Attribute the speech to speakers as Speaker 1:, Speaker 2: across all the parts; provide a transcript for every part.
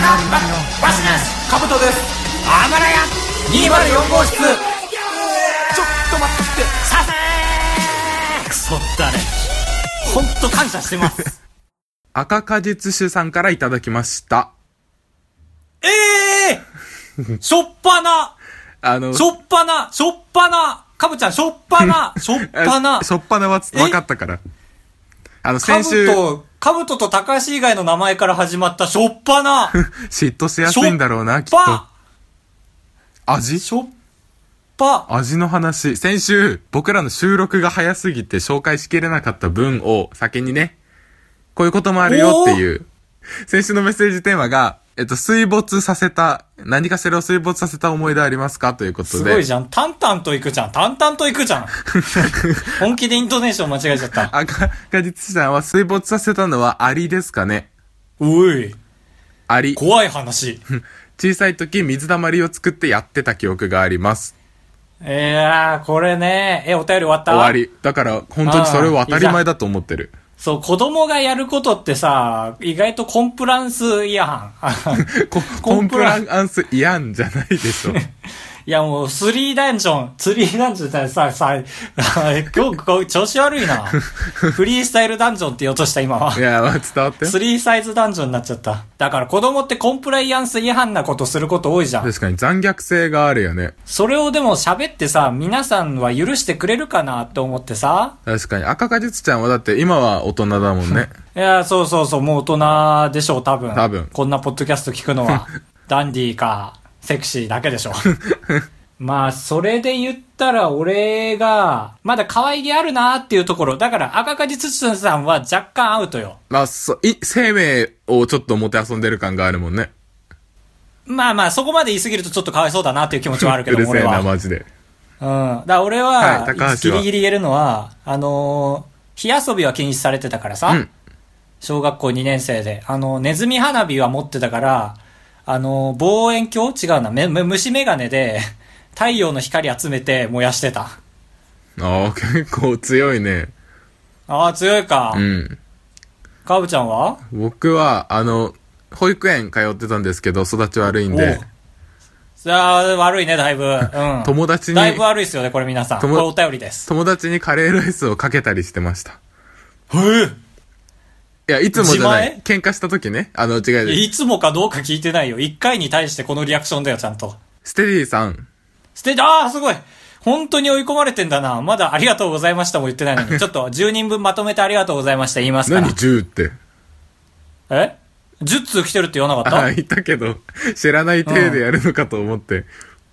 Speaker 1: バシです。カブトです。
Speaker 2: あばらや
Speaker 1: 204号室。ちょっと待って
Speaker 2: させーくそったね。ほんと感謝してます
Speaker 3: 赤果実酒さんからいただきました。
Speaker 2: しょっぱなしょっぱなかぶちゃんしょっぱな
Speaker 3: しょっぱなは分かったから。先週
Speaker 2: かぶとと高橋以外の名前から始まったしょっぱな
Speaker 3: 嫉妬しやすいんだろうな、きっと。味の話。先週僕らの収録が早すぎて紹介しきれなかった文を先にね、こういうこともあるよっていう。先週のメッセージテーマが水没させた、何かしらを水没させた思い出ありますかということで。
Speaker 2: すごいじゃん。淡々といくじゃん。本気でイントネーション間違えちゃった。
Speaker 3: 赤果実さんは水没させたのはアリですかね。
Speaker 2: おい。
Speaker 3: アリ。
Speaker 2: 怖い話。
Speaker 3: 小さい時水溜まりを作ってやってた記憶があります。
Speaker 2: これね。お便り終わった？
Speaker 3: 終わり。だから本当にそれを当たり前だと思ってる。
Speaker 2: そう、子供がやることってさ、意外とコンプランス違反。
Speaker 3: コンプランス違反じゃないでしょ。
Speaker 2: いやもう、3ダンジョンってさ、今日調子悪いな。フリースタイルダンジョンって言おうとした今は。
Speaker 3: いや、伝わって。
Speaker 2: 3サイズダンジョンになっちゃった。だから子供ってコンプライアンス違反なことすること多いじゃん。
Speaker 3: 確かに残虐性があるよね。
Speaker 2: それをでも喋ってさ、皆さんは許してくれるかなって思ってさ。
Speaker 3: 確かに。赤果実ちゃんはだって今は大人だもんね。
Speaker 2: いや、そう、もう大人でしょう、多分。こんなポッドキャスト聞くのは。ダンディーか、セクシーだけでしょ。まあ、それで言ったら俺が、まだ可愛げあるなーっていうところ。だから赤果実さんは若干アウトよ。
Speaker 3: まあ、生命をちょっともてあそんでる感があるもんね。
Speaker 2: まあ、そこまで言い過ぎるとちょっとかわいそうだなっていう気持ちはあるけど、
Speaker 3: うるせえな、マジで。
Speaker 2: だから俺は、ギリギリ言えるのは、火遊びは禁止されてたからさ、小学校2年生で、ネズミ花火は持ってたから、望遠鏡違うな、虫眼鏡で、太陽の光集めて燃やしてた。
Speaker 3: 結構強いね。
Speaker 2: 強いか。かぶちゃんは？
Speaker 3: 僕は、保育園通ってたんですけど、育ち悪いんで。
Speaker 2: 悪いね、だいぶ。
Speaker 3: 友達に。
Speaker 2: だいぶ悪いっすよね、これ皆さん。これお便りです。
Speaker 3: 友達にカレーライスをかけたりしてました。いや、いつもじゃない。喧嘩した時ね。違う。
Speaker 2: いつもかどうか聞いてないよ。1回に対してこのリアクションだよ、ちゃんと。
Speaker 3: ステディさん。
Speaker 2: すごい。本当に追い込まれてんだな。まだありがとうございましたも言ってないのに。ちょっと10人分まとめてありがとうございました言いますから。
Speaker 3: 何10って。
Speaker 2: 10通来てるって言わなかった？
Speaker 3: 言ったけど、知らない体でやるのかと思って。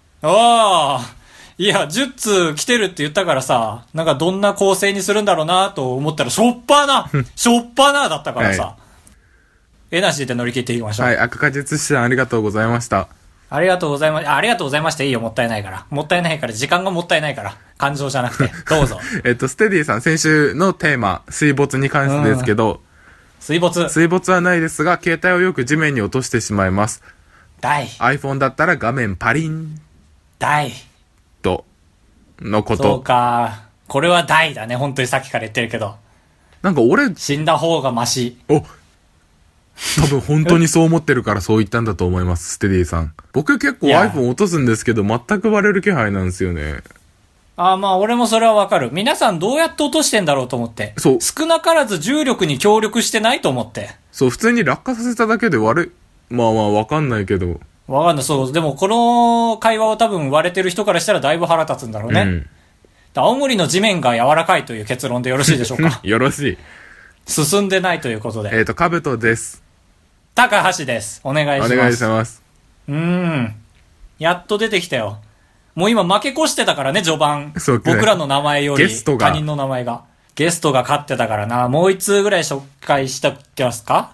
Speaker 2: いや、10通来てるって言ったからさ、なんかどんな構成にするんだろうなと思ったら、しょっぱなだったからさ。なしで乗り切っていきましょう。
Speaker 3: はい、赤果実師さんありがとうございました。
Speaker 2: ありがとうございました。ありがとうございました。いいよ、もったいないから。時間がもったいないから。感情じゃなくて。どうぞ。
Speaker 3: ステディさん、先週のテーマ、水没に関してですけど、水没はないですが、携帯をよく地面に落としてしまいます。iPhone だったら画面パリン。と、のこと。
Speaker 2: そうか。これは大だね。本当にさっきから言ってるけど。
Speaker 3: なんか
Speaker 2: 死んだ方がマシ。
Speaker 3: 多分本当にそう思ってるからそう言ったんだと思います、ステディさん。僕結構 iPhone 落とすんですけど、全く割れる気配なんですよね。
Speaker 2: まあ俺もそれはわかる。皆さんどうやって落としてんだろうと思って。少なからず重力に協力してないと思って。
Speaker 3: 普通に落下させただけで割れ、まあわかんないけど。
Speaker 2: わかんない、そう。でもこの会話を多分割れてる人からしたらだいぶ腹立つんだろうね。青森の地面が柔らかいという結論でよろしいでしょうか？
Speaker 3: よろしい。
Speaker 2: 進んでないということで。
Speaker 3: かぶとです。
Speaker 2: 高橋です。お願いします。
Speaker 3: お願いします。
Speaker 2: やっと出てきたよ。もう今負け越してたからね、序盤。僕らの名前より他人の名前が。ゲストが勝ってたからな。もう一通ぐらい紹介しておきますか？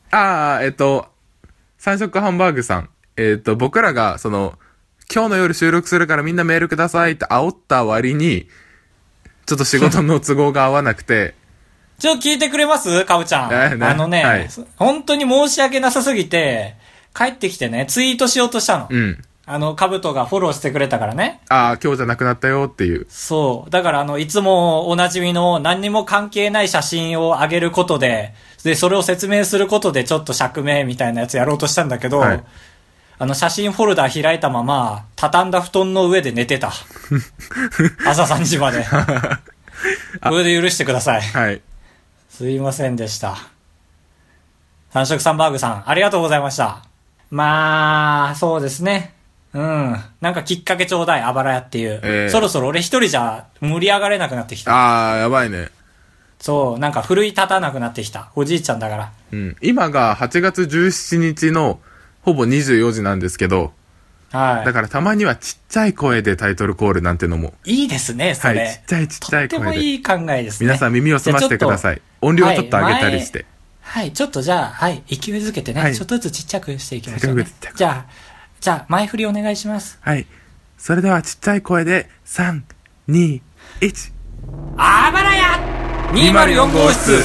Speaker 3: 三色ハンバーグさん。僕らが、今日の夜収録するからみんなメールくださいって煽った割に、ちょっと仕事の都合が合わなくて、
Speaker 2: 聞いてくれますかぶちゃん。本当に申し訳なさすぎて、帰ってきてね、ツイートしようとしたの。かぶとがフォローしてくれたからね。
Speaker 3: 今日じゃなくなったよっていう。
Speaker 2: そう。だからいつもおなじみの何にも関係ない写真を上げることで、 で、それを説明することでちょっと釈明みたいなやつやろうとしたんだけど、はい、写真フォルダー開いたまま、畳んだ布団の上で寝てた。朝3時まで。これで許してください。
Speaker 3: はい。
Speaker 2: すいませんでした。三色サンバーグさん、ありがとうございました。まあ、そうですね。うん。なんかきっかけちょうだい、あばらやっていう。そろそろ俺一人じゃ盛り上がれなくなってきた。
Speaker 3: ああ、やばいね。
Speaker 2: そう、なんか奮い立たなくなってきた。おじいちゃんだから。
Speaker 3: うん。今が8月17日のほぼ24時なんですけど、はい。だからたまにはちっちゃい声でタイトルコールなんてのも。
Speaker 2: いいですね、それ。
Speaker 3: はい、ちっちゃい声で。とって
Speaker 2: もいい考えですね。
Speaker 3: 皆さん耳を澄ましてください。音量をちょっと上げたりして。
Speaker 2: はい、ちょっとじゃあ、はい、勢いづけてね、はい、ちょっとずつちっちゃくしていきましょうね。じゃあ、前振りお願いします。
Speaker 3: はい。それではちっちゃい声で、3、2、1。
Speaker 2: あばらや !204 号室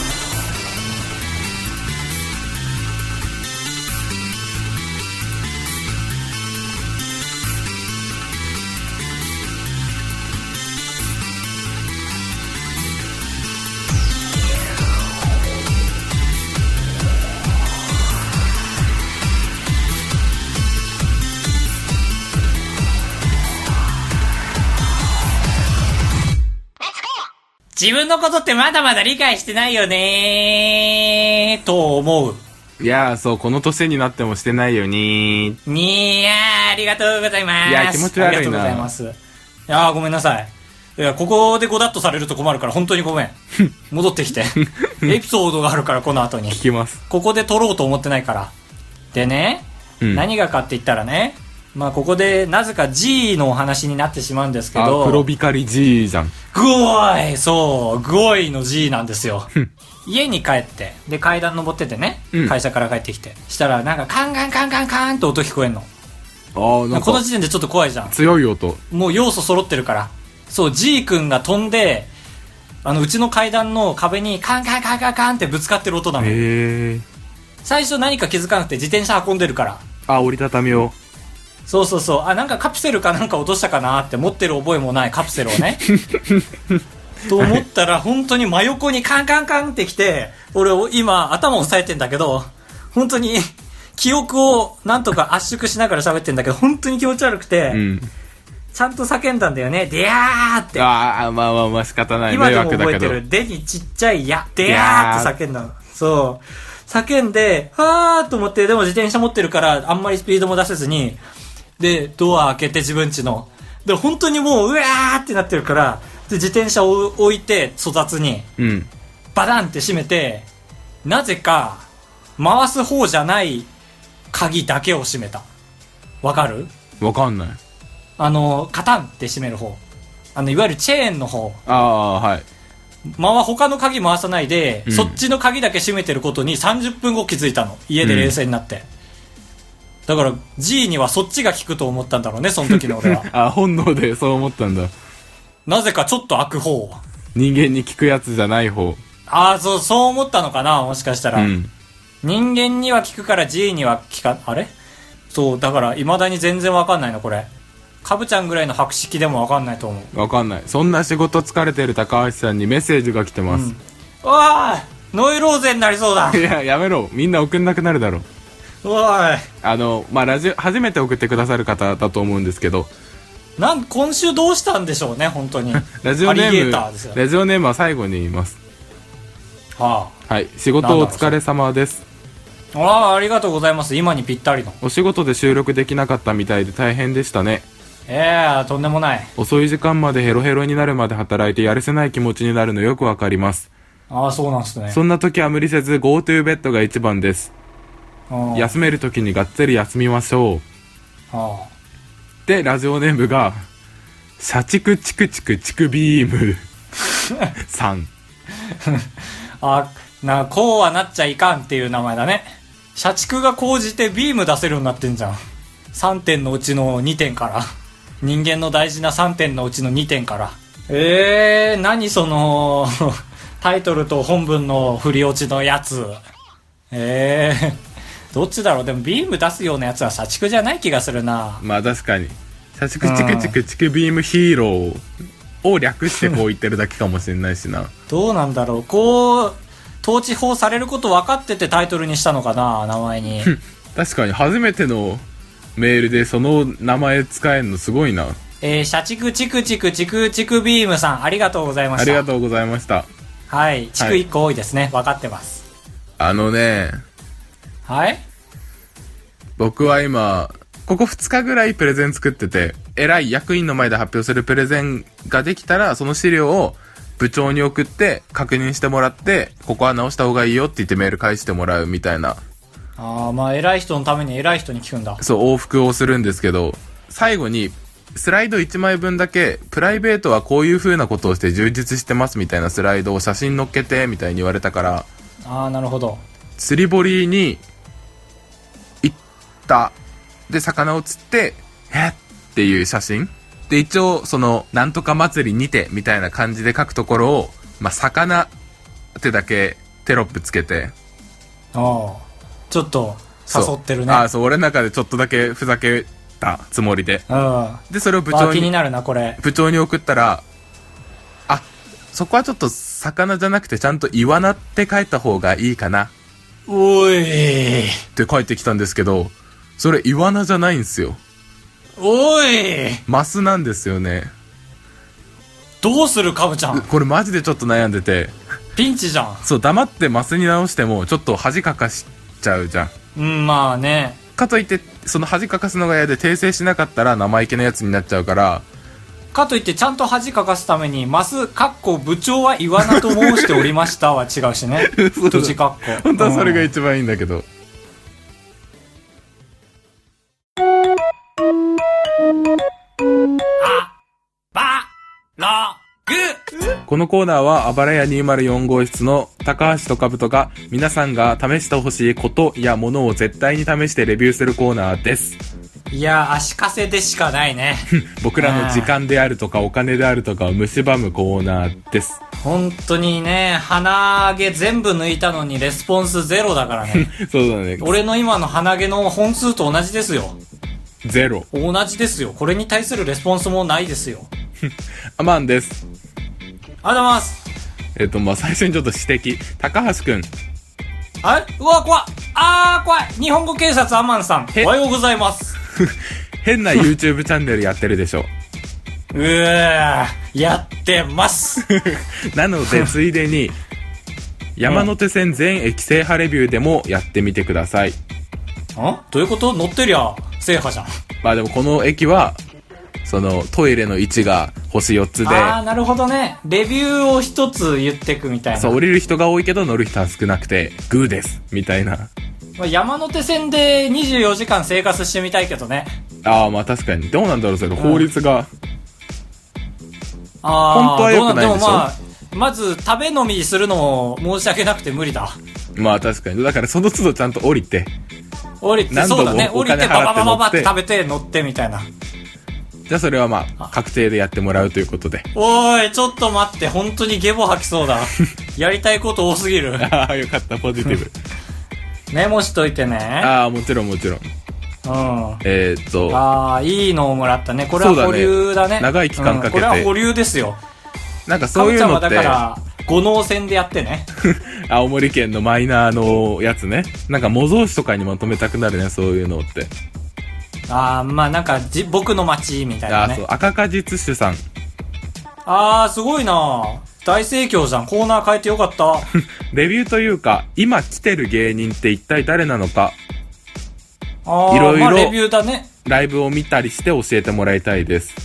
Speaker 2: 自分のことってまだまだ理解してないよねーと思う。
Speaker 3: いやー、そう、この年になってもしてないよに
Speaker 2: ー。いやー、ありがとうございます。
Speaker 3: いやー、気持ち悪いな。
Speaker 2: ありがとうございます。いやー、ごめんなさい。いや、ここでゴダッとされると困るから本当にごめん。戻ってきて。エピソードがあるからこの後に。
Speaker 3: 聞きます。
Speaker 2: ここで撮ろうと思ってないから。でね、何がかって言ったらね、まあここでなぜか G のお話になってしまうんですけど、
Speaker 3: 黒光り G じゃん。
Speaker 2: グオイ、そうグオイの G なんですよ。家に帰ってで階段登っててね、会社から帰ってきてしたらなんかカンカンカンカンカンって音聞こえんの。なんかこの時点でちょっと怖いじゃん。
Speaker 3: 強い音。
Speaker 2: もう要素揃ってるから。そう G 君が飛んでうちの階段の壁にカンカンカンカンカンってぶつかってる音なの。最初何か気づかなくて自転車運んでるから、
Speaker 3: 折りたたみを。
Speaker 2: そうそうそう、なんかカプセルかなんか落としたかなって持ってる覚えもないカプセルをねと思ったら本当に真横にカンカンカンってきて、俺今頭を押さえてんだけど、本当に記憶をなんとか圧縮しながら喋ってんだけど本当に気持ち悪くて、ちゃんと叫んだんだよね。でやーって。
Speaker 3: まあ仕方ない。
Speaker 2: 今でも覚えてる。でにちっちゃいや、でやーって叫んだの。そう。叫んで、はーと思って、でも自転車持ってるからあんまりスピードも出せずに、でドア開けて自分家ので本当にもううわーってなってるから、で自転車を置いて粗雑に、バタンって閉めて、なぜか回す方じゃない鍵だけを閉めた。わかる？
Speaker 3: わかんない。
Speaker 2: カタンって閉める方、いわゆるチェーンの方。
Speaker 3: はい。
Speaker 2: 他の鍵回さないで、そっちの鍵だけ閉めてることに30分後気づいたの。家で冷静になって。だから G にはそっちが効くと思ったんだろうね、その時の俺は。
Speaker 3: 本能でそう思ったんだ。
Speaker 2: なぜかちょっと開く方。
Speaker 3: 人間に効くやつじゃない方。
Speaker 2: そう思ったのかな、もしかしたら。人間には効くから G には効か、あれ？そう、だから未だに全然わかんないの、これ。カブちゃんぐらいの博識でもわかんないと思う。
Speaker 3: わかんない。そんな仕事疲れてる高橋さんにメッセージが来てます。
Speaker 2: わー、ノイローゼになりそうだ。
Speaker 3: いや、やめろ。みんな送んなくなるだろ。
Speaker 2: おい。
Speaker 3: ラジオ、初めて送ってくださる方だと思うんですけど。
Speaker 2: 今週どうしたんでしょうね、本当に。
Speaker 3: ラジオネームは最後に言います。はい。仕事お疲れ様です。
Speaker 2: ありがとうございます。今にぴったりの。
Speaker 3: お仕事で収録できなかったみたいで大変でしたね。
Speaker 2: とんでもない。
Speaker 3: 遅い時間までヘロヘロになるまで働いてやるせない気持ちになるのよくわかります。
Speaker 2: そうなんですね。
Speaker 3: そんな時は無理せず GoTo ベッドが一番です。休める時にがっつり休みましょう。で、ラジオネームが社畜チクチクチクビームさん。
Speaker 2: こうはなっちゃいかんっていう名前だね。社畜が高じてビーム出せるようになってんじゃん。3点のうちの2点から。人間の大事な3点のうちの2点から。何そのタイトルと本文の振り落ちのやつ。どっちだろう。でもビーム出すようなやつは社畜じゃない気がするな。
Speaker 3: まあ確かに。社畜チクチクチクビームヒーローを略してこう言ってるだけかもしれないしな。
Speaker 2: どうなんだろう。こう統治法されること分かっててタイトルにしたのかな、名前に。
Speaker 3: 確かに初めてのメールでその名前使えるのすごいな。
Speaker 2: 社畜チクチクチクチクビームさん、ありがとうございました。
Speaker 3: ありがとうございました。
Speaker 2: はい、地区1個多いですね、分かってます。
Speaker 3: はい、僕は今ここ2日ぐらいプレゼン作ってて、偉い役員の前で発表するプレゼンができたら、その資料を部長に送って確認してもらって、ここは直した方がいいよって言ってメール返してもらうみたいな。
Speaker 2: まあ偉い人のために偉い人に聞くんだ。
Speaker 3: そう、往復をするんですけど、最後にスライド1枚分だけ、プライベートはこういう風なことをして充実してますみたいなスライドを写真載っけてみたいに言われたから、
Speaker 2: なるほど。
Speaker 3: 釣り堀に行った。で、魚を釣って、っていう写真で、一応そのなんとか祭りにてみたいな感じで書くところを、魚ってだけテロップつけて、
Speaker 2: ちょっと誘ってるね。
Speaker 3: そう、俺の中でちょっとだけふざけたつもりで、でそれを部長に、
Speaker 2: 気になるなこれ。部
Speaker 3: 長に送ったら、そこはちょっと魚じゃなくてちゃんとイワナって書いた方がいいかな、
Speaker 2: おい
Speaker 3: って書いてきたんですけど、それイワナじゃないんですよ。
Speaker 2: おい、
Speaker 3: マスなんですよね。
Speaker 2: どうする、カブちゃん。
Speaker 3: これマジでちょっと悩んでて。
Speaker 2: ピンチじゃん。
Speaker 3: そう、黙ってマスに直してもちょっと恥かかしちゃうじゃん。
Speaker 2: まあね。
Speaker 3: かといってその恥かかすのが嫌で訂正しなかったら生意気なやつになっちゃうから、
Speaker 2: かといってちゃんと恥かかすためにマス部長はイワナと申しておりましたは違うしね。閉じ本
Speaker 3: 当はそれが一番いいんだけど、このコーナーはあばらや204号室の高橋とかぶとが皆さんが試してほしいことやものを絶対に試してレビューするコーナーです。
Speaker 2: いや、足かせでしかないね。
Speaker 3: 僕らの時間であるとかお金であるとかを蝕むコーナーです。
Speaker 2: 本当にね、鼻毛全部抜いたのにレスポンスゼロだからね。
Speaker 3: そうだね。
Speaker 2: 俺の今の鼻毛の本数と同じですよ。
Speaker 3: ゼロ。
Speaker 2: 同じですよ。これに対するレスポンスもないですよ。
Speaker 3: アマンです。
Speaker 2: ありがとうございます。
Speaker 3: 最初にちょっと指摘。高橋くん。
Speaker 2: うわ、怖っ。怖い。日本語警察アマンさん。おはようございます。
Speaker 3: 変な YouTube チャンネルやってるでしょ。
Speaker 2: やってます。
Speaker 3: なので、ついでに、山手線全駅制覇レビューでもやってみてください。
Speaker 2: どういうこと？乗ってりゃ制覇じゃん。
Speaker 3: でもこの駅は、そのトイレの位置が星4つで、
Speaker 2: なるほどね。レビューを一つ言ってくみたいな。
Speaker 3: そう、降りる人が多いけど乗る人は少なくてグーですみたいな。
Speaker 2: 山手線で24時間生活してみたいけどね。
Speaker 3: 確かに。どうなんだろう、それ、法律が。
Speaker 2: 本当は良くないでしょ。まず食べ飲みするのも申し訳なくて無理だ。
Speaker 3: 確かに。だからその都度ちゃんと降りて、
Speaker 2: そうだね。降りてバババババって食べて乗ってみたいな。
Speaker 3: じゃあそれは確定でやってもらうということで。
Speaker 2: おい、ちょっと待って、本当にゲボ吐きそうだ。やりたいこと多すぎる。
Speaker 3: よかった、ポジティブ。
Speaker 2: メモしといてね。
Speaker 3: もちろん。いい
Speaker 2: のをもらったね。これは保留だね。
Speaker 3: 長い期間かけて。
Speaker 2: これは保留ですよ。
Speaker 3: なんかそういうのって。
Speaker 2: かぶちゃんはだから、五能線でやってね。
Speaker 3: 青森県のマイナーのやつね。なんか模造紙とかにまとめたくなるね、そういうのって。
Speaker 2: なんか僕の街みたいなね。
Speaker 3: そう、赤果実酒さん。
Speaker 2: すごいな。大盛況じゃん。コーナー変えてよかった。
Speaker 3: レビューというか、今来てる芸人って一体誰なのか、い
Speaker 2: ろいろレビューだね。
Speaker 3: ライブを見たりして教えてもらいたいです。ち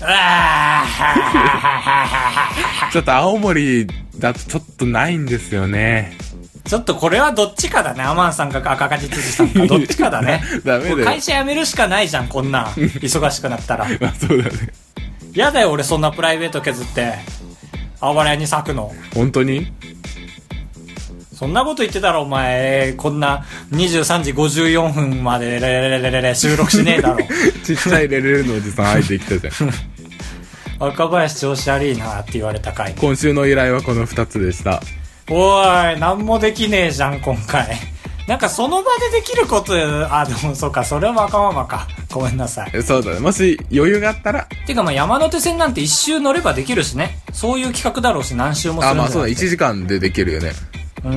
Speaker 3: ょっと青森だとちょっとないんですよね。
Speaker 2: ちょっとこれはどっちかだね。アマンさんか赤果実さんかどっちかだね。
Speaker 3: ダメだよ。
Speaker 2: 会社辞めるしかないじゃん、こんなん。忙しくなったら。
Speaker 3: そうだね。
Speaker 2: やだよ、俺そんなプライベート削って、あばら屋に咲くの。
Speaker 3: 本当に？
Speaker 2: そんなこと言ってたらお前、こんな23時54分まで収録しねえだろ。
Speaker 3: ちっちゃいレレレのおじさん入ってきたじゃん。
Speaker 2: 若林調子悪いなって言われた回。
Speaker 3: 今週の依頼はこの2つでした。
Speaker 2: おい、なんもできねえじゃん、今回。なんかその場でできること、でもそうか、それはわがままか。ごめんなさい。
Speaker 3: そうだね。もし余裕があったら。
Speaker 2: てか山手線なんて一周乗ればできるしね。そういう企画だろうし、何周もするんだよ。
Speaker 3: そうだ、1時間でできるよね。
Speaker 2: うん。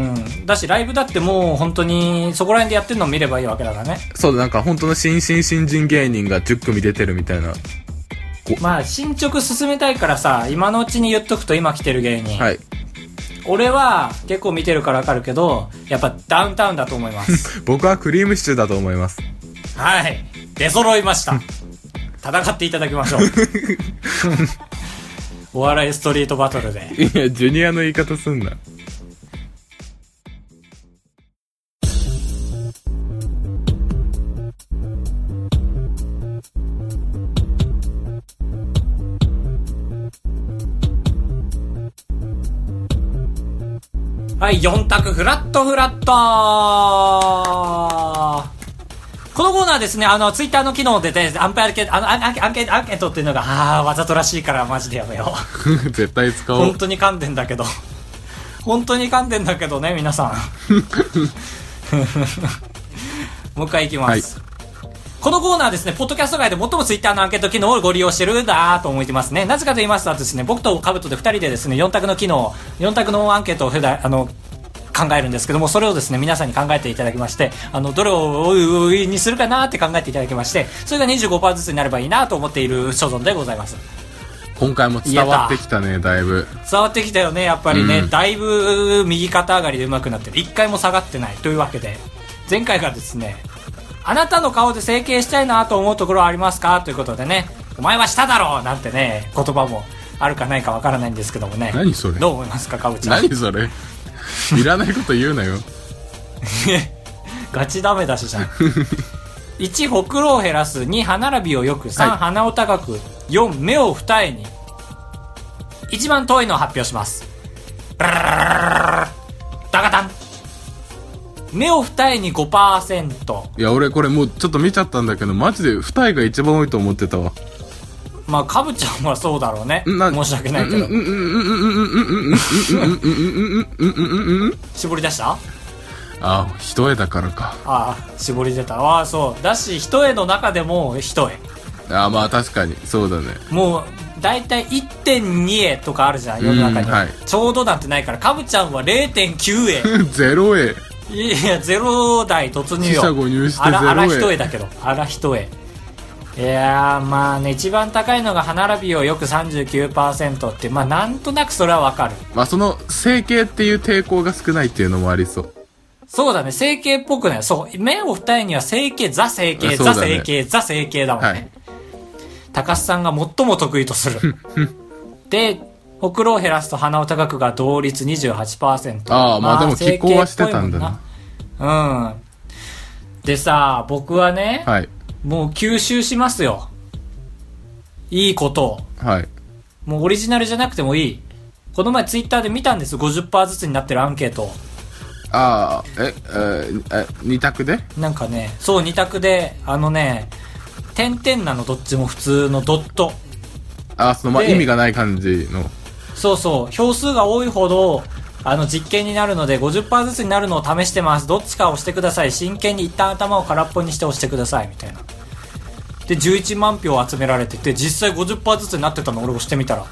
Speaker 2: だし、ライブだってもう本当にそこら辺でやってるのを見ればいいわけだからね。
Speaker 3: そうだ、なんか本当の新人芸人が10組出てるみたいな。
Speaker 2: まあ、進捗進めたいからさ、今のうちに言っとくと今来てる芸人。
Speaker 3: はい。
Speaker 2: 俺は結構見てるからわかるけど、やっぱダウンタウンだと思います。
Speaker 3: 僕はクリームシチューだと思います。
Speaker 2: はい。出揃いました。戦っていただきましょう。お笑いストリートバトルで。
Speaker 3: いや、ジュニアの言い方すんな。
Speaker 2: はい、4択フラットフラット。このコーナーですね、ツイッターの機能でアンケートっていうのが、わざとらしいからマジでやめよ
Speaker 3: う。絶対使おう。
Speaker 2: 本当に噛んでんだけど。本当に噛んでんだけどね、皆さん。もう一回いきます。はい、このコーナーですね、ポッドキャスト界で最もツイッターのアンケート機能をご利用してるんだと思ってますね。なぜかと言いますとですね、僕とカブトで2人でですね、4択の機能、4択のアンケートを考えるんですけども、それをですね、皆さんに考えていただきまして、どれをにするかなって考えていただきまして、それが 25% ずつになればいいなと思っている所存でございます。
Speaker 3: 今回も伝わってきたね、だいぶ。
Speaker 2: 伝わってきたよね、やっぱりね、だいぶ右肩上がりで上手くなってる。1回も下がってない。というわけで、前回がですね、あなたの顔で整形したいなと思うところはありますかということでね、お前はしただろうなんてね、言葉もあるかないかわからないんですけどもね。
Speaker 3: 何それ？
Speaker 2: どう思いますか、かぶちゃん。
Speaker 3: 何それ？いらないこと言うなよ。
Speaker 2: ガチダメ出しじゃん。1、ほくろを減らす。2、歯並びを良く。3、鼻を高く。4、目を二重に。一番遠いのを発表します。ダカタン。目を二重に 5%。
Speaker 3: いや、俺これもうちょっと見ちゃったんだけど、マジで二重が一番多いと思ってたわ。
Speaker 2: まあ、かぶちゃんはそうだろうね。申し訳ないけど。絞り出した？
Speaker 3: あ、一重だからか。
Speaker 2: ああ、絞り出た。ああ、そう。だし、一重の中でも一重。
Speaker 3: ああ、まあ確かに。そうだね。
Speaker 2: もう、だいたい 1.2 絵とかあるじゃん、世の中には。はい、ちょうどなんてないから、かぶちゃんは 0.9 絵。
Speaker 3: 0絵。
Speaker 2: いや、0台突入よ。
Speaker 3: 四捨五入して0絵。
Speaker 2: あら一重だけど。あら一重。いやー、まあね、一番高いのが歯並びをよく 39% って、まあなんとなくそれはわかる。
Speaker 3: まあその、整形っていう抵抗が少ないっていうのもありそう。
Speaker 2: そうだね、整形っぽくない。そう、目を二重には整形、ザ整形、ザ整形、ザ整形だもんね。はい、高須さんが最も得意とする。で、ほくろを減らすと鼻を高くが同率 28%。
Speaker 3: ああ、まあでも拮抗はしてたんだな。
Speaker 2: うん。でさ、僕はね、
Speaker 3: はい。
Speaker 2: もう吸収しますよ。いいことを。
Speaker 3: はい。
Speaker 2: もうオリジナルじゃなくてもいい。この前ツイッターで見たんです。50% ずつになってるアンケートを。
Speaker 3: ああ、2択で？
Speaker 2: なんかね、そう2択で、点々なのどっちも普通のドット。
Speaker 3: あ、まあ、意味がない感じの。
Speaker 2: そうそう。票数が多いほど、実験になるので 50% ずつになるのを試してます。どっちか押してください。真剣に一旦頭を空っぽにして押してください。みたいな。で、11万票集められてて、実際 50% ずつになってたの俺押してみたら。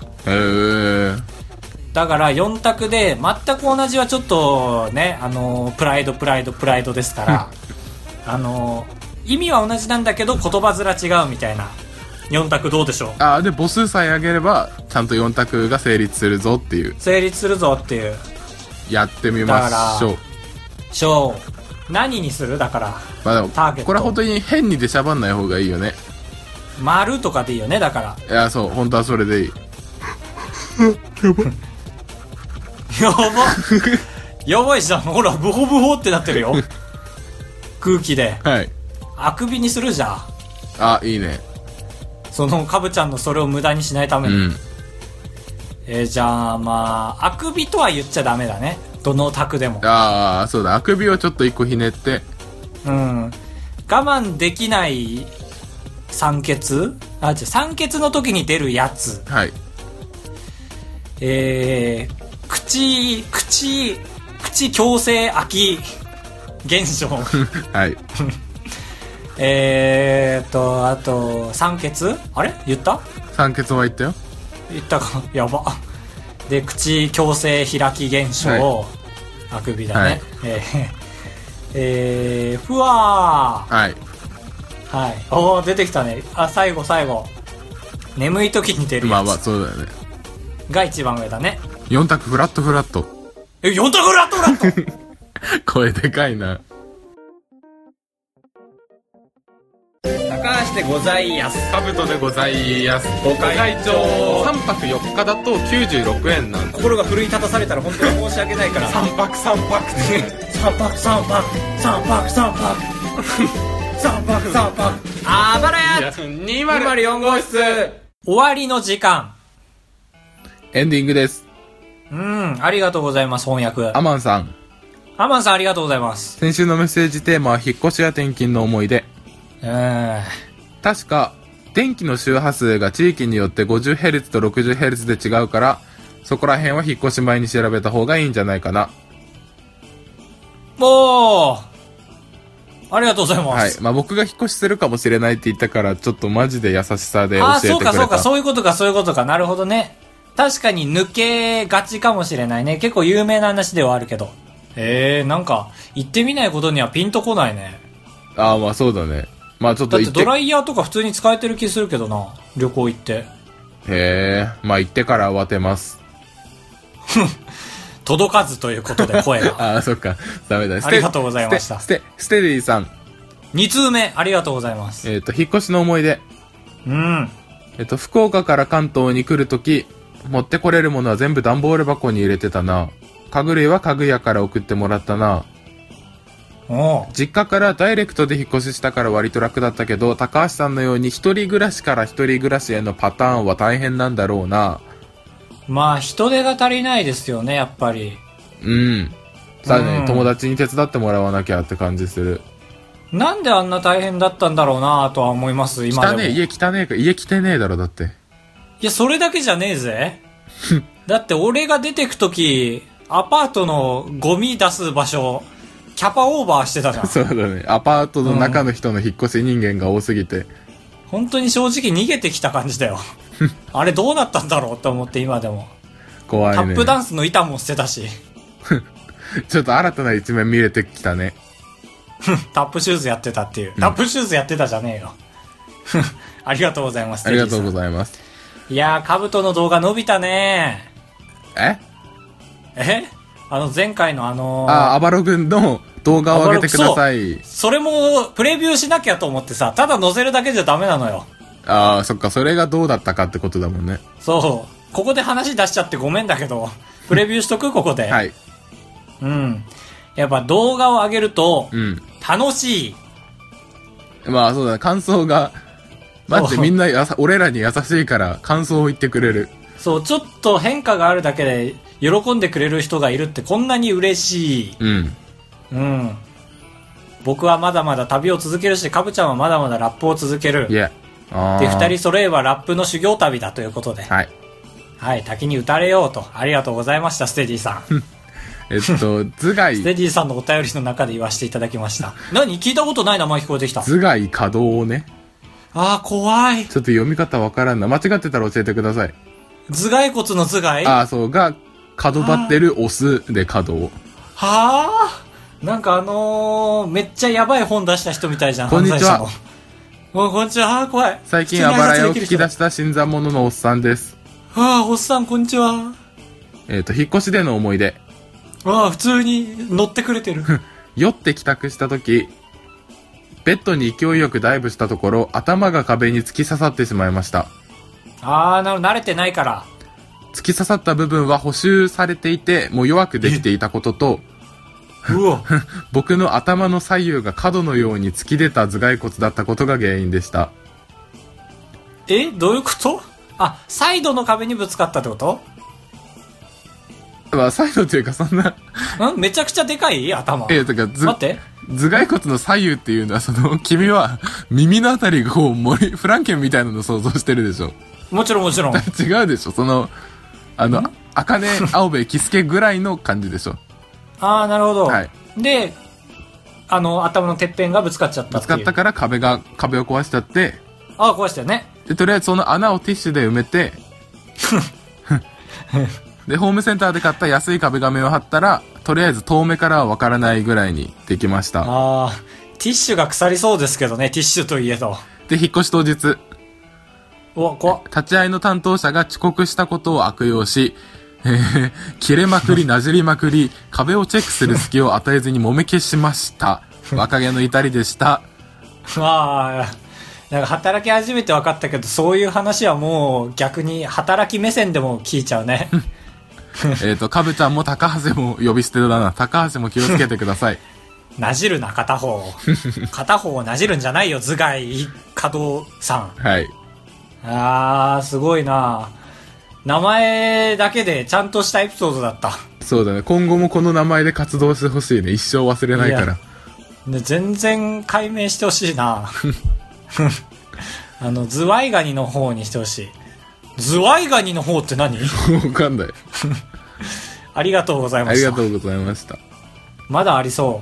Speaker 2: だから4択で、全く同じはちょっとね、プライドですから、意味は同じなんだけど言葉面違うみたいな。4択どうでしょう？
Speaker 3: ああ、で、母数さえ上げれば、ちゃんと4択が成立するぞっていう。
Speaker 2: 成立するぞっていう。
Speaker 3: やってみましょ
Speaker 2: う。何にする？だから。
Speaker 3: まあでも、ターゲット。これは本当に変に出しゃばんない方がいいよね。
Speaker 2: 丸とかでいいよね、だから。
Speaker 3: いや、そう、本当はそれでいい。
Speaker 2: やば。やばいじゃん。ほら、ブホブホってなってるよ。空気で。
Speaker 3: はい。
Speaker 2: あくびにするじゃん。
Speaker 3: あ、いいね。
Speaker 2: そのかぶちゃんのそれを無駄にしないために。じゃあまあ、あくびとは言っちゃダメだね。どの択でも。
Speaker 3: ああ、そうだ。あくびをちょっと一個ひねって。
Speaker 2: うん。我慢できない酸欠？酸欠の時に出るやつ。
Speaker 3: はい。
Speaker 2: 口矯正飽き現象。
Speaker 3: はい。
Speaker 2: あと、酸欠？あれ言った？
Speaker 3: 酸欠は言ったよ。
Speaker 2: 言ったか。やば。で、口矯正開き現象。
Speaker 3: は
Speaker 2: あくびだね。ふわー。
Speaker 3: はい。
Speaker 2: はい。おー、出てきたね。あ、最後。眠い時に出るやつ。
Speaker 3: まあ、そうだよね。
Speaker 2: が一番上だね。
Speaker 3: 4択フラット。
Speaker 2: 4択フラット
Speaker 3: 声でかいな。
Speaker 2: 高橋でございやす。
Speaker 3: カブトでございやす。
Speaker 2: ご会長。
Speaker 3: 3泊4日だと96円なんで。
Speaker 2: 心が奮い立たされたら本当に申し訳ないから。
Speaker 3: 3泊
Speaker 2: 3泊あばらや204号室。終わりの時間。
Speaker 3: エンディングです。
Speaker 2: ありがとうございます。翻訳
Speaker 3: アマンさん
Speaker 2: ありがとうございます。
Speaker 3: 先週のメッセージテーマは引っ越しや転勤の思い出。確か電気の周波数が地域によって 50Hz と 60Hz で違うから、そこら辺は引っ越し前に調べた方がいいんじゃないかな。
Speaker 2: おー、ありがとうございます。
Speaker 3: はい。まあ僕が引っ越しするかもしれないって言ったから、ちょっとマジで優しさで教えてくれた。
Speaker 2: そうか、そういうことか。なるほどね。確かに抜けがちかもしれないね。結構有名な話ではあるけど。なんか、行ってみないことにはピンとこないね。
Speaker 3: ああ、まあそうだね。まあちょっと
Speaker 2: だってドライヤーとか普通に使えてる気するけどな。旅行行って。
Speaker 3: へえ、まあ行ってから慌てます。
Speaker 2: 届かずということで声が。
Speaker 3: ああ、そっか。ダメだ。
Speaker 2: ありがとうございました。
Speaker 3: ステリーさん。
Speaker 2: 2通目、ありがとうございます。
Speaker 3: 引っ越しの思い出。福岡から関東に来るとき、持ってこれるものは全部段ボール箱に入れてたな。家具類は家具屋から送ってもらったな。実家からダイレクトで引っ越ししたから割と楽だったけど、高橋さんのように一人暮らしから一人暮らしへのパターンは大変なんだろうな。
Speaker 2: まあ人手が足りないですよね、やっぱり。
Speaker 3: さあね、友達に手伝ってもらわなきゃって感じする。
Speaker 2: なんであんな大変だったんだろうなとは思います、今でも。
Speaker 3: 家来てねえだろ、だって。
Speaker 2: いや、それだけじゃねえぜ。だって俺が出てくとき、アパートのゴミ出す場所、キャパオーバーしてたじゃん。
Speaker 3: そうだね。アパートの中の人の引っ越し人間が多すぎて。
Speaker 2: 本当に正直逃げてきた感じだよ。あれどうなったんだろうと思って今でも。
Speaker 3: 怖いね。
Speaker 2: タップダンスの板も捨てたし。
Speaker 3: ちょっと新たな一面見れてきたね。
Speaker 2: タップシューズやってたっていう。タップシューズやってたじゃねえよ。ありがとうございます。
Speaker 3: ありがとうございます。
Speaker 2: いやー、カブトの動画伸びたね
Speaker 3: ー。
Speaker 2: 前回の
Speaker 3: アバロ軍の動画を上げてください。
Speaker 2: それもプレビューしなきゃと思ってさ、ただ載せるだけじゃダメなのよ。
Speaker 3: ああ、そっか、それがどうだったかってことだもんね。
Speaker 2: そう。ここで話出しちゃってごめんだけど、プレビューしとくここで。
Speaker 3: はい。
Speaker 2: やっぱ動画を上げると、楽しい。
Speaker 3: まあそうだね、感想が、待ってみんな俺らに優しいから感想を言ってくれる。
Speaker 2: そう、ちょっと変化があるだけで喜んでくれる人がいるってこんなに嬉しい。僕はまだまだ旅を続けるし、カブちゃんはまだまだラップを続ける。で、二人揃えばラップの修行旅だということで。はい、滝に打たれようと。ありがとうございました、ステディさん。
Speaker 3: 頭蓋。
Speaker 2: ステディさんのお便りの中で言わせていただきました。何聞いたことない名前聞こえてきた。
Speaker 3: 頭蓋可動をね。
Speaker 2: あー、怖い。
Speaker 3: ちょっと読み方わからんな。間違ってたら教えてください。
Speaker 2: 頭蓋骨の頭蓋？
Speaker 3: ああ、そうが、角張ってるオスで可動。
Speaker 2: はぁ、なんかめっちゃやばい本出した人みたいじゃん。
Speaker 3: こんにちは。
Speaker 2: こんにちは。怖い。
Speaker 3: 最近あばらやを聞き出した新参者のおっさんです。
Speaker 2: おっさん、こんにちは。
Speaker 3: 引っ越しでの思い出。
Speaker 2: 普通に乗ってくれてる。
Speaker 3: 酔って帰宅した時、ベッドに勢いよくダイブしたところ、頭が壁に突き刺さってしまいました。
Speaker 2: 慣れてないから。
Speaker 3: 突き刺さった部分は補修されていて、もう弱くできていたことと、僕の頭の左右が角のように突き出た頭蓋骨だったことが原因でした。
Speaker 2: どういうこと？サイドの壁にぶつかったってこと？
Speaker 3: まあ、サイドっていうかそんな
Speaker 2: めちゃくちゃでかい頭。
Speaker 3: 待って。頭蓋骨の左右っていうのは、君は耳のあたりがこうフランケンみたいなの想像してるでしょ。
Speaker 2: もちろん。
Speaker 3: 違うでしょ。茜、青部、キスケぐらいの感じでしょ。
Speaker 2: なるほど。
Speaker 3: はい。
Speaker 2: で、頭のてっぺんがぶつかっちゃったっていう。
Speaker 3: ぶつかったから壁を壊しちゃって。
Speaker 2: 壊したよね。
Speaker 3: で、とりあえずその穴をティッシュで埋めて、で、ホームセンターで買った安い壁紙を貼ったら、 とりあえず遠目からはわからないぐらいにできました。
Speaker 2: あー、ティッシュが腐りそうですけどね、ティッシュといえど。
Speaker 3: で、引っ越し当日。
Speaker 2: 怖っ。
Speaker 3: 立ち会いの担当者が遅刻したことを悪用し、切れまくり、なじりまくり、壁をチェックする隙を与えずに揉め消しました。若気の至りでした。
Speaker 2: まあ、なんか働き始めて分かったけど、そういう話はもう逆に働き目線でも聞いちゃうね。
Speaker 3: かぶちゃんも高橋も呼び捨てだな。高橋も気をつけてください。
Speaker 2: なじるな、片方。片方をなじるんじゃないよ、頭蓋可動さん。
Speaker 3: はい。
Speaker 2: あー、すごいな。名前だけでちゃんとしたエピソードだった。
Speaker 3: そうだね。今後もこの名前で活動してほしいね。一生忘れないから。
Speaker 2: ね、全然解明してほしいな。ズワイガニの方にしてほしい。ズワイガニの方って何？
Speaker 3: わかんない。
Speaker 2: ありがとうございました。
Speaker 3: ありがとうございました。
Speaker 2: まだありそう。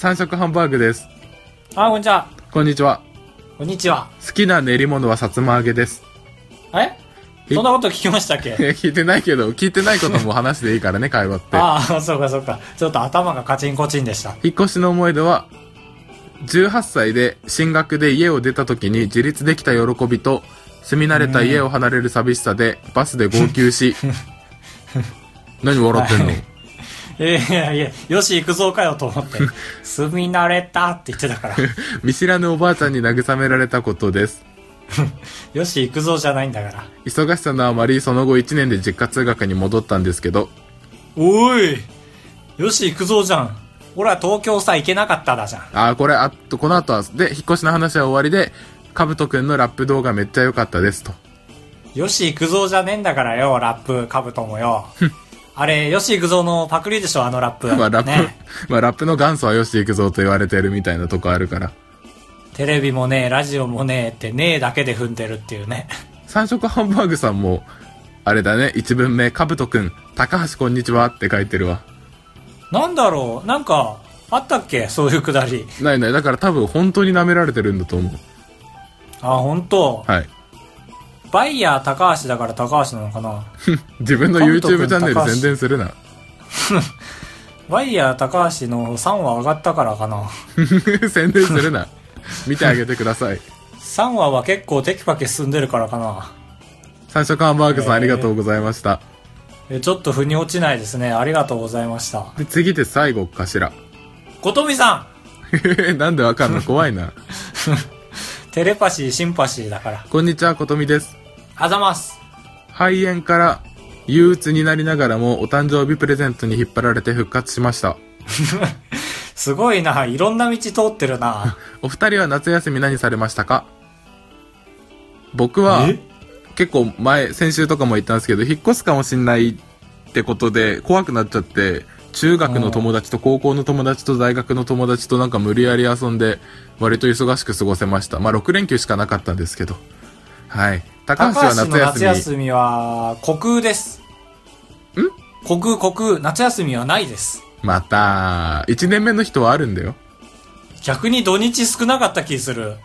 Speaker 3: 三色ハンバーグです。
Speaker 2: あ、こんにちは。
Speaker 3: こんにちは。
Speaker 2: こんにちは。
Speaker 3: 好きな練り物はさつま揚げです。
Speaker 2: そんなこと聞きましたっけ？
Speaker 3: 聞いてないけど、聞いてないことも話していいからね、会話って。
Speaker 2: ああ、そうかそうか。ちょっと頭がカチンコチンでした。
Speaker 3: 引っ越しの思い出は、18歳で進学で家を出た時に自立できた喜びと、住み慣れた家を離れる寂しさで、バスで号泣し、何笑ってんの？
Speaker 2: いや、よし行くぞかよと思って、住み慣れたって言ってたから。
Speaker 3: 見知らぬおばあちゃんに慰められたことです。
Speaker 2: よし行くぞじゃないんだから。
Speaker 3: 忙しさのあまりその後1年で実家通学に戻ったんですけど。
Speaker 2: おい、よし行くぞじゃん。俺は東京さ行けなかっただじゃん。
Speaker 3: この後は、で、引っ越しの話は終わりで、かぶとくんのラップ動画めっちゃ良かったですと。
Speaker 2: よし行くぞじゃねえんだからよ、ラップかぶともよ。あれ、よし行くぞのパクリでしょ、あのラップ。
Speaker 3: ラップ、
Speaker 2: ね、
Speaker 3: ラップの元祖はよし行くぞと言われてるみたいなとこあるから。
Speaker 2: テレビもねえ、ラジオもねえってねえだけで踏んでるっていうね。
Speaker 3: 三色ハンバーグさんも、あれだね、一文目、かぶとくん、高橋こんにちはって書いてるわ。
Speaker 2: なんだろう、なんか、あったっけそういうくだり。
Speaker 3: ない。だから多分本当に舐められてるんだと思う。
Speaker 2: あ、本当。
Speaker 3: はい。
Speaker 2: バイヤー高橋だから高橋なのかな。
Speaker 3: 自分の YouTube チャンネル宣伝するな。
Speaker 2: バイヤー高橋の3話上がったからかな。
Speaker 3: 宣伝するな。見てあげてください。
Speaker 2: 3話は結構テキパキ進んでるからかな。
Speaker 3: 三色ハンバーグさんありがとうございました。
Speaker 2: ちょっと腑に落ちないですね。ありがとうございました。
Speaker 3: で、次で最後かしら。
Speaker 2: ことみさ
Speaker 3: んなんでわかんの？怖いな。
Speaker 2: テレパシー、シンパシーだから。
Speaker 3: こんにちは、ことみです。
Speaker 2: あざます。
Speaker 3: 肺炎から憂鬱になりながらもお誕生日プレゼントに引っ張られて復活しました。
Speaker 2: すごいな。いろんな道通ってるな。
Speaker 3: お二人は夏休み何されましたか？僕は結構先週とかも言ったんですけど、引っ越すかもしんないってことで怖くなっちゃって、中学の友達と高校の友達と大学の友達となんか無理やり遊んで割と忙しく過ごせました。6連休しかなかったんですけど。はい。高橋は夏休み。
Speaker 2: 夏休みは虚空です。虚空。夏休みはないです。
Speaker 3: また、1年目の人はあるんだよ。
Speaker 2: 逆に土日少なかった気する。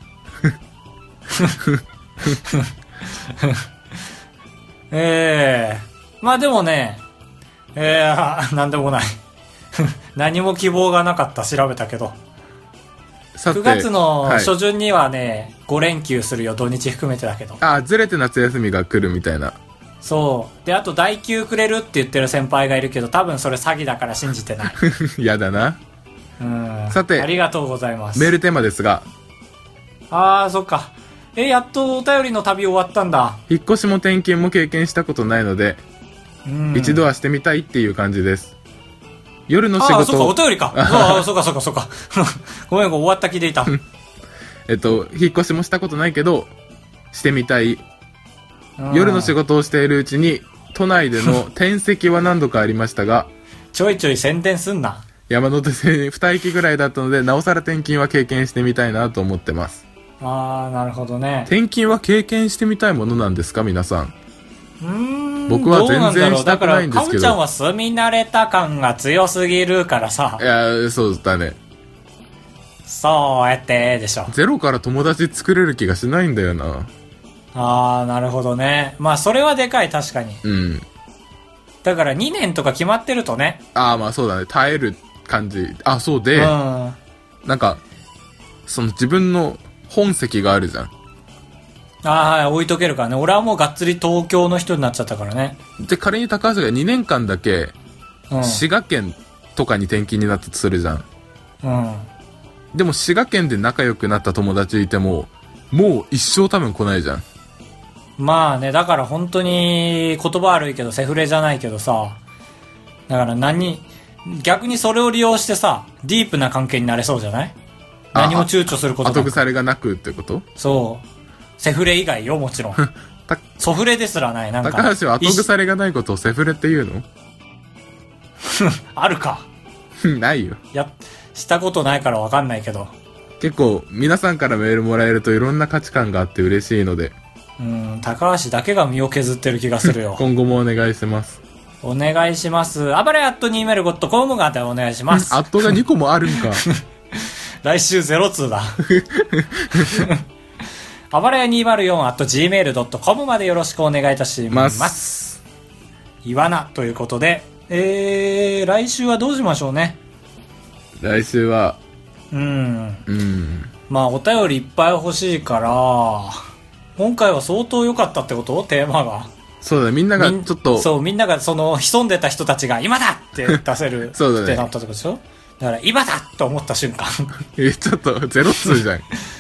Speaker 2: まあでもね、なんでもない。何も希望がなかった、調べたけど。9月の初旬にはね、5連休するよ、土日含めてだけど。
Speaker 3: ずれて夏休みが来るみたいな。
Speaker 2: そう。で、あと代休くれるって言ってる先輩がいるけど、多分それ詐欺だから信じてない。
Speaker 3: やだな。さて、
Speaker 2: ありがとうございます。
Speaker 3: メールテーマですが。
Speaker 2: そっか。やっとお便りの旅終わったんだ。
Speaker 3: 引っ越しも転勤も経験したことないので、一度はしてみたいっていう感じです。夜の仕事。
Speaker 2: そっか、お便りか。そうか。ごめん、終わった気でいた。
Speaker 3: 引っ越しもしたことないけど、してみたい。夜の仕事をしているうちに、都内での転籍は何度かありましたが、
Speaker 2: ちょいちょい宣伝すんな。
Speaker 3: 山手線2駅ぐらいだったので、なおさら転勤は経験してみたいなと思ってます。
Speaker 2: なるほどね。
Speaker 3: 転勤は経験してみたいものなんですか、皆さん。僕は全然したくないんですけど。
Speaker 2: かむちゃんは住み慣れた感が強すぎるからさ。
Speaker 3: いや、そうだね。
Speaker 2: そうやってでしょ。
Speaker 3: ゼロから友達作れる気がしないんだよな。
Speaker 2: なるほどね。まあそれはでかい、確かに。 だから2年とか決まってるとね。
Speaker 3: ああ、まあそうだね。耐える感じ。あ、そうで、なんか、その自分の本籍があるじゃん。
Speaker 2: はい、置いとけるからね。俺はもうがっつり東京の人になっちゃったからね。
Speaker 3: で、仮に高橋が2年間だけ、滋賀県とかに転勤になったとするじゃん。でも滋賀県で仲良くなった友達いても、もう一生多分来ないじゃん。
Speaker 2: まあね、だから本当に言葉悪いけどセフレじゃないけどさ、だから逆にそれを利用してさ、ディープな関係になれそうじゃない？何も躊躇することなく。
Speaker 3: 後腐れがなくってこと？
Speaker 2: そう。セフレ以外よ、もちろん。ソフレですらない、なんか。
Speaker 3: 高橋は後腐れがないことをセフレって言うの？
Speaker 2: あるか。
Speaker 3: ないよ。
Speaker 2: したことないからわかんないけど。
Speaker 3: 結構、皆さんからメールもらえるといろんな価値観があって嬉しいので。
Speaker 2: 高橋だけが身を削ってる気がするよ。
Speaker 3: 今後もお願いします。
Speaker 2: お願いします。あばれ@205.com がお願いします。
Speaker 3: アットが2個もあるんか。
Speaker 2: 来週02だ。あばれや 204@gmail.com までよろしくお願いいたします。イワナということで、来週はどうしましょうね。
Speaker 3: 来週は、
Speaker 2: まあお便りいっぱい欲しいから、今回は相当良かったってこと？テーマが。そうだ、みんながちょっと。そう、みんながその潜んでた人たちが今だって出せるそうだねってなったってことでしょ？だから今だと思った瞬間。ちょっと02じゃん。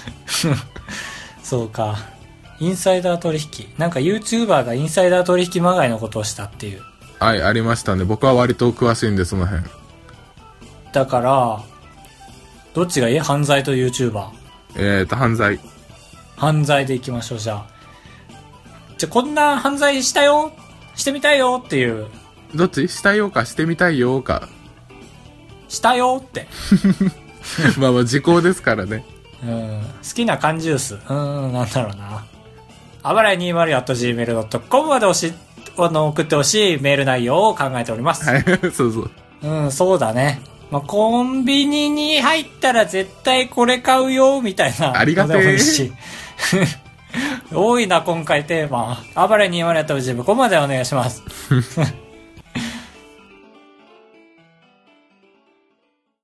Speaker 2: そうか。インサイダー取引。なんか YouTuber がインサイダー取引まがいのことをしたっていう。はい、ありましたね。僕は割と詳しいんで、その辺。だから、どっちがいい？犯罪と YouTuber。犯罪。犯罪でいきましょう、じゃあ。じゃあ、こんな犯罪したよしてみたいよっていう。どっち？したよかしてみたいよか。したよって。まあ時効ですからね。好きな缶ジュース。なんだろうな。あばらい 204@gmail.com まで送ってほしいメール内容を考えております。はい、そうそう。そうだね。まあ、コンビニに入ったら絶対これ買うよ、みたいな。ありがてえ。多いな、今回テーマ。あばらい 204@gmail.com までお願いします。